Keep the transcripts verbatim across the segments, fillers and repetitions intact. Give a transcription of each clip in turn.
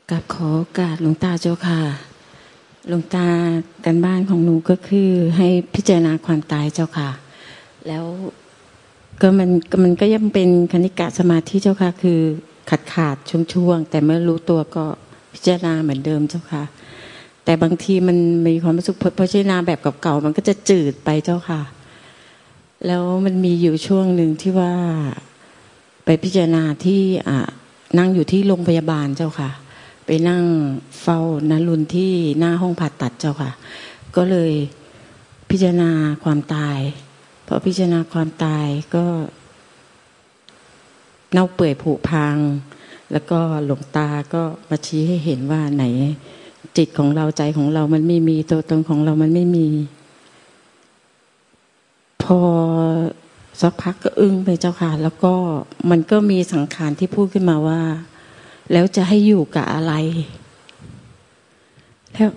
กับขอโอกาสหลวงตาเจ้าค่ะหลวงตาการบ้านของหนูก็คือให้พิจารณาความตายเจ้าค่ะแล้วก็มันมันก็ยังเป็นคณิกะสมาธิเจ้าค่ะคือขาดขาดช่วงๆแต่เมื่อรู้ตัวก็พิจารณาเหมือนเดิมเจ้าค่ะแต่บางทีมันมีความรู้สึกพิจารณาแบบเก่าๆมันก็จะจืดไปเจ้าค่ะแล้วมันมีอยู่ช่วงหนึ่งที่ว่าไปพิจารณาที่อ่านั่งอยู่ที่โรงพยาบาลเจ้าค่ะไปนั่งเฝ้านรุนที่หน้าห้องผ่าตัดเจ้าค่ะก็เลยพิจารณาความตายพอพิจารณาความตายก็เน่าเปื่อยผุพังแล้วก็หลวงตาก็มาชี้ให้เห็นว่าไหนจิตของเราใจของเรามันไม่มีตัวตนของเรามันไม่มีพอสักพักก็อึ้งไปเจ้าค่ะแล้วก็มันก็มีสังขารที่พูดขึ้นมาว่าแล้วจะให้อยู่กับอะไรแล้ว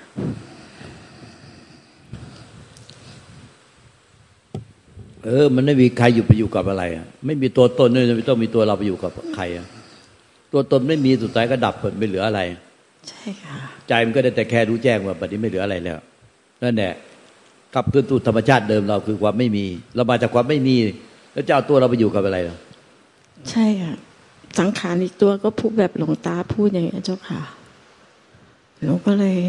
เออมันไม่มีใครอยู่ไปอยู่กับอะไรอ่ะไม่มีตัวตนเลยไม่ต้องมีตัวเราไปอยู่กับใครอ่ะตัวตนไม่มีสุดท้ายก็ดับหมดไม่เหลืออะไรใช่ค่ะใจมันก็ได้แต่แค่รู้แจ้งว่าบัดนี้ไม่เหลืออะไรแล้วนั่นแหละกลับคืนสู่ธรรมชาติเดิมเราคือความไม่มีเรามาจากความไม่มีแล้วจะเอาตัวเราไปอยู่กับอะไรล่ะใช่ค่ะสังขารอีกตัวก็พูดแบบหลวงตาพูดอย่างนี้เจ้าค่ะหนูก็เลย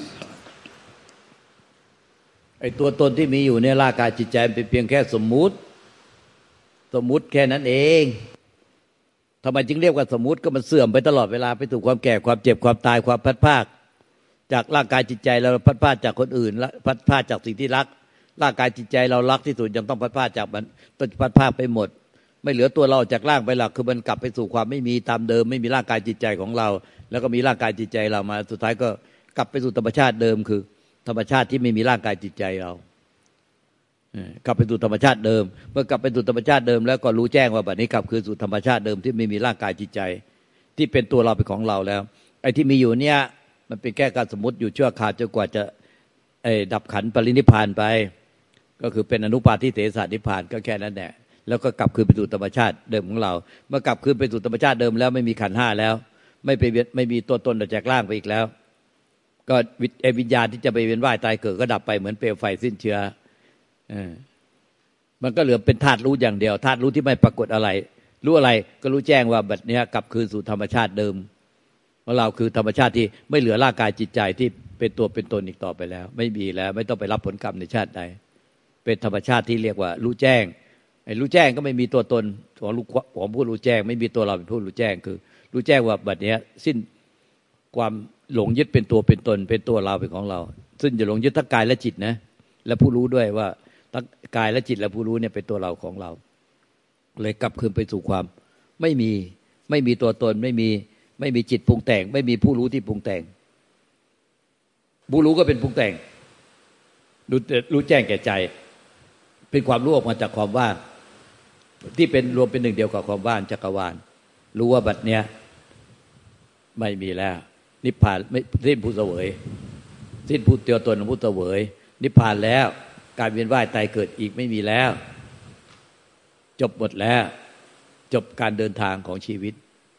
ไอ้ตัวตนที่มีอยู่เนี่ยร่างกายจิตใจเป็นเพียงแค่สมมุติสมมุติแค่นั้นเองทำไมจึงเรียกว่าสมมุติก็มันเสื่อมไปตลอดเวลาไปสู่ความแก่ความเจ็บความตายความพัดพรากจากร่างกายจิตใจเราพัดพรากจากคนอื่นและพัดพรากจากสิ่งที่รักร่างกายจิตใจเรารักที่สุดยังต้องพัดพรากจากมันพัดพรากไปหมดไม่เหลือตัวเราจากร่างไปหลักคือมันกลับไปสู่ความไม่มีตามเดิมไม่มีร่างกายจิตใจของเราแล้วก็มีร่างกายจิตใจเรามาสุดท้ายก็กลับไปสู่ธรรมชาติเดิมคือธรรมชาติที่ไม่มีร่างกายจิตใจเรากลับไปสู่ธรรมชาติเดิมเมื่อกลับไปสู่ธรรมชาติเดิมแล้วก็รู้แจ้งว่าบัดนี้กลับคืนสู่ธรรมชาติเดิมที่ไม่มีร่างกายจิตใจที่เป็นตัวเราเป็นของเราแล้วไอ้ที่มีอยู่เนี่ยมันเป็นแค่การสมมติอยู่ชั่วคราวจนกว่าจะไอ้ดับขันปรินิพพานไปก็คือเป็นอนุปาทิเสสนิพพานก็แค่นั้นแหละแล้วก็กลับคืนไปสู่ธรรมชาติเดิมของเราเมื่อกลับคืนไปสู่ธรรมชาติเดิมแล้วไม่มีขันธ์ห้าแล้วไม่ไปไม่มีตัวตนออกจากร่างไปอีกแล้วก็วิญญาณที่จะไปเวียนว่ายตายเกิดก็ดับไปเหมือนเปลวไฟสิ้นเชื้อเออมันก็เหลือเป็นธาตุรู้อย่างเดียวธาตุรู้ที่ไม่ปรากฏอะไรรู้อะไรก็รู้แจ้งว่าบัดนี้กลับคืนสู่ธรรมชาติเดิมเพราะเราคือธรรมชาติที่ไม่เหลือร่างกายจิตใจที่เป็นตัวเป็นตนอีกต่อไปแล้วไม่มีแล้วไม่ต้องไปรับผลกรรมในชาติใดเป็นธรรมชาติที่เรียกว่ารู้แจ้งไอ้รู้แจ้งก็ไม่มีตัวตนของรู้ของผู้รู้แจ้งไม่มีตัวเราเป็นผู้รู้แจ้งคือรู้แจ้งว่าบัดนี้สิ้นความหลงยึดเป็นตัวเป็นตนเป็นตัวเราเป็นของเราซึ่งจะหลงยึดทั้งกายและจิตนะและผู้รู้ด้วยว่าทั้งกายและจิตและผู้รู้เนี่ยเป็นตัวเราของเราเลยกลับคืนไปสู่ความไม่มีไม่มีตัวตนไม่มีไม่มีจิตปรุงแต่งไม่มีผู้รู้ที่ปรุงแต่งผู้รู้ก็เป็นปรุงแต่งรู้รู้แจ้งแก่ใจเป็นความรู้ออกมาจากความว่างที่เป็นรวมเป็นหนึ่งเดียวกับความว่างจักรวาลรู้ว่าบัดเนี้ยไม่มีแล้วนิพพานไม่สิ้นผู้เสวยสิ้นผู้เตียวตนของผู้เสวยนิพพานแล้วการเวียนว่ายตายเกิดอีกไม่มีแล้วจบหมดแล้วจบการเดินทางของชีวิต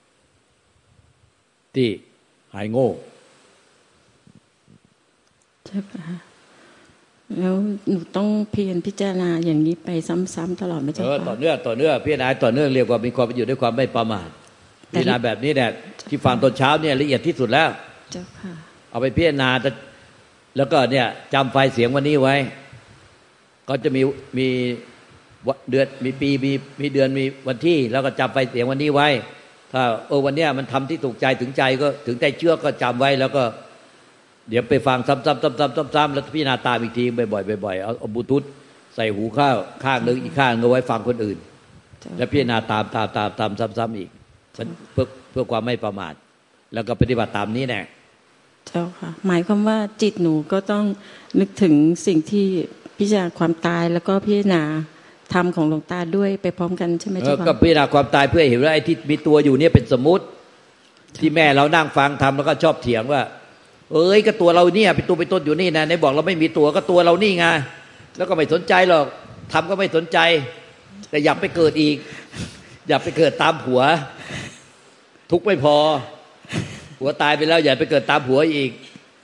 ที่หายโง่ใช่ปะแล้วหนูต้องเพียรพิจารณาอย่างนี้ไปซ้ำๆตลอดไหมเจ้าค่ะเออต่อเนื่องต่อเนื่องพิจารณาต่อเนื่องเรียกว่ามีความเป็นอยู่ด้วยความไม่ประมาทพิจารณาแบบนี้เนี่ยที่ฟังตอนเช้าเนี่ยละเอียดที่สุดแล้วเจ้าค่ะเอาไปพิจารณาแล้วก็เนี่ยจำไฟล์เสียงวันนี้ไว้ก็จะมีมีเดือนมีปีมีมีเดือนมีวันที่แล้วก็จำไฟล์เสียงวันนี้ไว้ถ้าเออวันเนี้ยมันทำที่ถูกใจถึงใจก็ถึงใจเชื่อก็จำไว้แล้วก็เดี๋ยวไปฟังซ้ำๆๆๆๆแล้วพิจารณาตามอีกทีบ่อยๆบ่อยๆเอาบลูทูธใส่หูข้าวข้างนึงอีกข้างนึงไว้ฟังคนอื่นแล้วพิจารณาตามตามตามตามซ้ำๆอีกเพื่อเพื่อความไม่ประมาทแล้วก็ปฏิบัติตามนี้แน่เจ้าค่ะหมายความว่าจิตหนูก็ต้องนึกถึงสิ่งที่พิจารณาความตายแล้วก็พิจารณาธรรมของหลวงตาด้วยไปพร้อมกันใช่ไหมเจ้าค่ะก็พิจารณาความตายเพื่อเห็นว่าไอ้ที่มีตัวอยู่เนี่ยเป็นสมมุติที่แม่เรานั่งฟังธรรมแล้วก็ชอบเถียงว่าเอ้ยก็ตัวเราเนี่ยเป็นตัวเป็นตนอยู่นี่นะในบอกเราไม่มีตัวก็ตัวเรานี่ไงแล้วก็ไม่สนใจหรอกธรรมก็ไม่สนใจแต่อยากไปเกิดอีกอยากไปเกิดตามผัวทุกข์ไม่พอผัวตายไปแล้วอย่าไปเกิดตามผัวอีก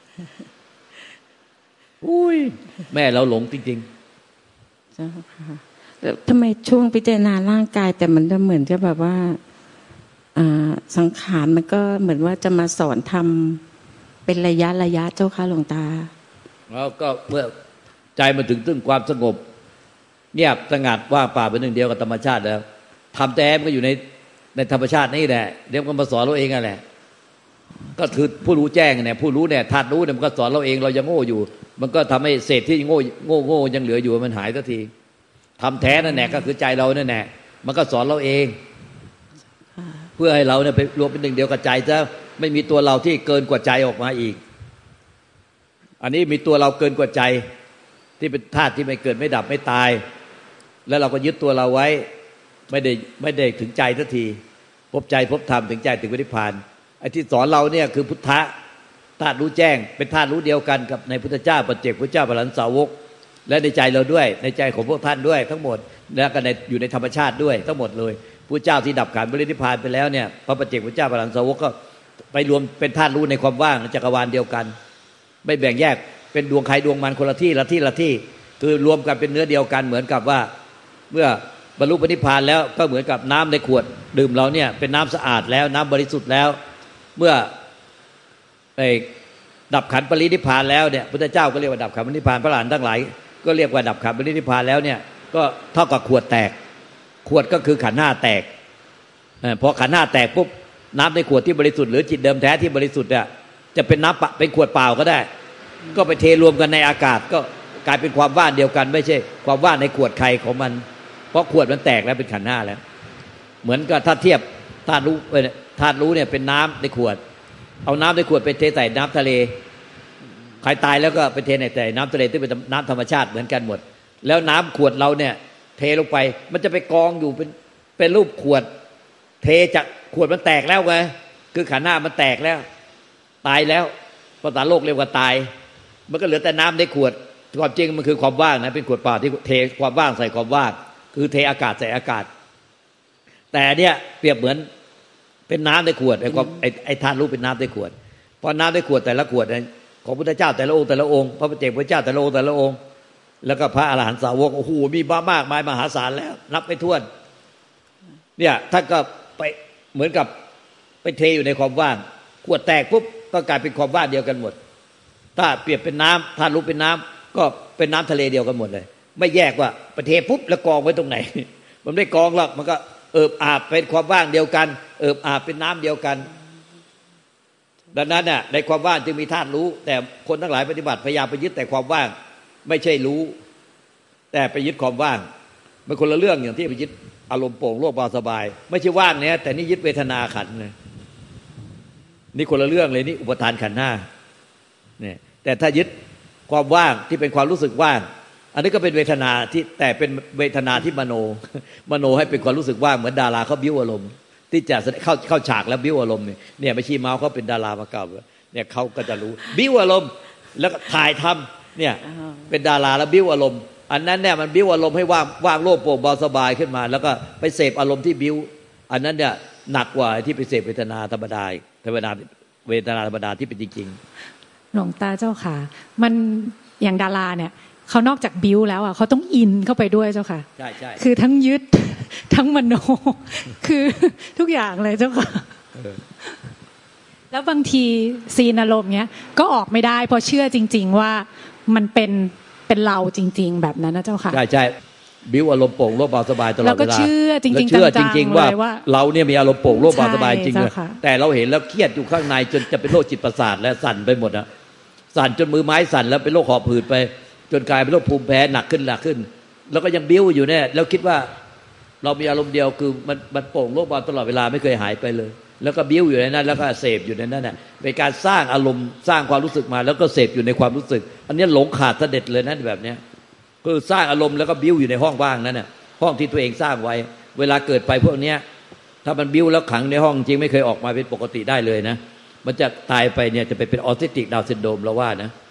อุ้ยแม่เราหลงจริงๆเจ้าค่ะแล้วทำไมช่วงพิจารณาร่างกายแต่มันจะเหมือนจะแบบว่าสังขารมันก็เหมือนว่าจะมาสอนทำเป็นระยะระยะเจ้าค่ะหลวงตาแล้วก็เมื่อใจมันถึงตึ้งความสงบเงียบสงัดว่างเปล่าเป็นหนึ่งเดียวกับธรรมชาติแล้วทำแต่มันก็อยู่ในในธรรมชาตินี่แหละเดี๋ยวมันมาสอนเราเองนั่นแหละก็คือผู้รู้แจ้งเนี่ยผู้รู้เนี่ยธาตุรู้เนี่ยมันก็สอนเราเองเรายังโง่อยู่มันก็ทำให้เศษที่โง่โง่โง่ยังเหลืออยู่มันหายสักทีทำแท้นั่นแหละก็คือใจเรานั่นแหละมันก็สอนเราเองเพื่อให้เราเนี่ยไปรวมเป็นหนึ่งเดียวกับใจซะไม่มีตัวเราที่เกินกว่าใจออกมาอีกอันนี้มีตัวเราเกินกว่าใจที่เป็นธาตุที่ไม่เกิดไม่ดับไม่ตายแล้วเราก็ยึดตัวเราไว้ไม่ได้ไม่ได้ถึงใจสักทีพบใจพบธรรมถึงใจถึงนิพพานไอ้ที่สอนเราเนี่ยคือพุทธะธาตุรู้แจ้งเป็นธาตุรู้เดียวกันกับในพุทธเจ้าปัจเจกพุทธเจ้าพระอรหันตสาวกและในใจเราด้วยในใจของพวกท่านด้วยทั้งหมดแล้วก็ในอยู่ในธรรมชาติด้วยทั้งหมดเลยพุทธเจ้าที่ดับขันธ์บรินิพพานไปแล้วเนี่ยพระปัจเจกพุทธเจ้าพระอรหันตสาวกก็ไปรวมเป็นธาตุรู้ในความว่างในจักรวาลเดียวกันไม่แบ่งแยกเป็นดวงใครดวงมันคนละที่ละที่ละที่คือรวมกันเป็นเนื้อเดียวกันเหมือนกับว่าเมื่อบรรลุปณิพพานแล้วก็เหมือนกับน้ำในขวดดื่มเราเนี่ยเป็นน้ำสะอาดแล้วน้ำบริสุทธิ์แล้วเมื่อไอ้ดับขันธ์ปรินิพพานแล้วเนี่ยพุทธเจ้าก็เรียกว่าดับขันธ์ปรินิพพานพระอรหันต์ทั้งหลายก็เรียกว่าดับขันธ์ปรินิพพานแล้วเนี่ยก็เท่ากับขวดแตกขวดก็คือขันธ์ห้าแตกพอขันธ์ห้าแตกปุ๊บน้ำในขวดที่บริสุทธิ์หรือจิตเดิมแท้ที่บริสุทธิ์เนี่ยจะเป็นน้ำเป็นขวดเปล่าก็ได้ก็ไปเทรวมกันในอากาศก็กลายเป็นความว่างเดียวกันไม่ใช่ความว่างในขวดใครของมันเพราะขวดมันแตกแล้วเป็นขันธ์ห้าแล้วเหมือนกับถ้าเทียบธาตุรู้ธาตุรู้เนี่ยเป็นน้ำในขวดเอาน้ำในขวดไปเทใส่น้ำทะเลใครตายแล้วก็ไปเทในแต่น้ำทะเลที่เป็นน้ำธรรมชาติเหมือนกันหมดแล้วน้ำขวดเราเนี่ยเทลงไปมันจะไปกองอยู่เป็นเป็นรูปขวดเทจากขวดมันแตกแล้วไงคือขันธ์ห้ามันแตกแล้วตายแล้วภาษาโลกเรียกว่าตายมันก็เหลือแต่น้ำในขวดความจริงมันคือความว่างนะเป็นขวดเปล่าที่เทความว่างใส่ความว่างคือเทอากาศใส่อากาศแต่เนี่ยเปรียบเหมือนเป็นน้ำในขวดไอ้ความไอ้ไอ้ธาตุรู้เป็นน้ำในขวดเพราะน้ำในขวดแต่ละขวดของพุทธเจ้าแต่ละองค์แต่ละองค์พระปัจเจกพุทธเจ้าแต่ละองค์แต่ละองค์แล้วก็พระอรหันตสาวกโอ้โหมีบ้ามากมายมหาศาลแล้วนับไม่ถ้วนเนี่ยท่านก็ไปเหมือนกับไปเทอยู่ในความว่างขวดแตกปุ๊บก็กลายเป็นความว่างเดียวกันหมดถ้าเปรียบเป็นน้ำธาตุรู้เป็นน้ำก็เป็นน้ำทะเลเดียวกันหมดเลยไม่แยกว่าไปเทปุ๊บแล้วกองไว้ตรงไหนมันไม่กองหรอกมันก็เอิบอาบเป็นความว่างเดียวกันเอิบอาบเป็นน้ำเดียวกันดังนั้นน่ะในความว่างจึงมีธาตุรู้แต่คนทั้งหลายปฏิบัติพยายามไปยึดแต่ความว่างไม่ใช่รู้แต่ไปยึดความว่างมันคนละเรื่องอย่างที่ไปยึดอารมณ์โปร่งโล่งเบาสบายไม่ใช่ว่างเนี่ยแต่นี่ยึดเวทนาขันธ์นะนี่คนละเรื่องเลยนี่อุปทานขันธ์ห้าเนี่ยแต่ถ้ายึดความว่างที่เป็นความรู้สึกว่างอันนี้ก็เป็นเวทนาที่แต่เป็นเวทนาที่มโนมโนให้เป็นความรู้สึกว่างเหมือนดาราเขาบิ้วอารมณ์ที่จะเข้าเข้าฉากแล้วบิ้วอารมณ์เนี่ยเนี่ยไม่ชี้เมาเขาเป็นดารามาเก่าเนี่ยเขาก็จะรู้บิ้วอารมณ์แล้วก็ถ่ายทำเนี่ยเป็นดาราแล้วบิ้วอารมณ์อันนั้นเนี่ยมันบิ้วอารมณ์ให้ว่างว่างโล่งโปร่งเบาสบายขึ้นมาแล้วก็ไปเสพอารมณ์ที่บิ้วอันนั้นเนี่ยหนักกว่าที่ไปเสพเวทนาธรรมดาธรรมดาเวทนาธรรมดาที่เป็นจริงๆหลวงตาเจ้าค่ะมันอย่างดาราเนี่ยเขานอกจากบิ้วแล้วอ่ะเขาต้องอินเข้าไปด้วยเจ้าค่ะใช่ใช่คือทั้งยึดทั้งมโนคือทุกอย่างเลยเจ้าค่ะแล้วบางทีซีนอารมณ์เนี้ยก็ออกไม่ได้เพราะเชื่อจริงๆว่ามันเป็นเป็นเราจริงๆแบบนั้นนะเจ้าค่ะใช่ใช่บิ้วอารมณ์โปร่งโล่งเบาสบายตลอดเวลาแล้วก็เชื่อจริงๆเชื่อจริงๆว่าเราเนี่ยมีอารมณ์โปร่งโล่งเบาสบายจริงเลยแต่เราเห็นแล้วเครียดอยู่ข้างในจนจะเป็นโรคจิตประสาทและสั่นไปหมดอะสั่นจนมือไม้สั่นแล้วเป็นโรคหอบหืดไปจนกลายเป็นโรคภูมิแพ้หนักขึ้นหนักขึ้นแล้วก็ยังบิ้วอยู่เนี่ยแล้วคิดว่าเรามีอารมณ์เดียวคือมันมันโปร่งโล่งเบาตลอดเวลาไม่เคยหายไปเลยแล้วก็บิ้วอยู่ในนั้นแล้วก็เสพอยู่ในนั้นน่ะเป็นการสร้างอารมณ์สร้างความรู้สึกมาแล้วก็เสพอยู่ในความรู้สึกอันนี้หลงขาดเสด็จเลยนั่นแบบเนี้ยคือสร้างอารมณ์แล้วก็บิ้วอยู่ในห้องว่างนั้นน่ะห้องที่ตัวเองสร้างไว้เวลาเกิดไปพวกเนี้ยถ้ามันบิ้วแล้วขังในห้องจริงไม่เคยออกมาเป็นปกติได้เลยนะมันจะตายไปเนี่ยจะไปเป็นออทิสติกดาวน์ซินโดรมเราว่านะ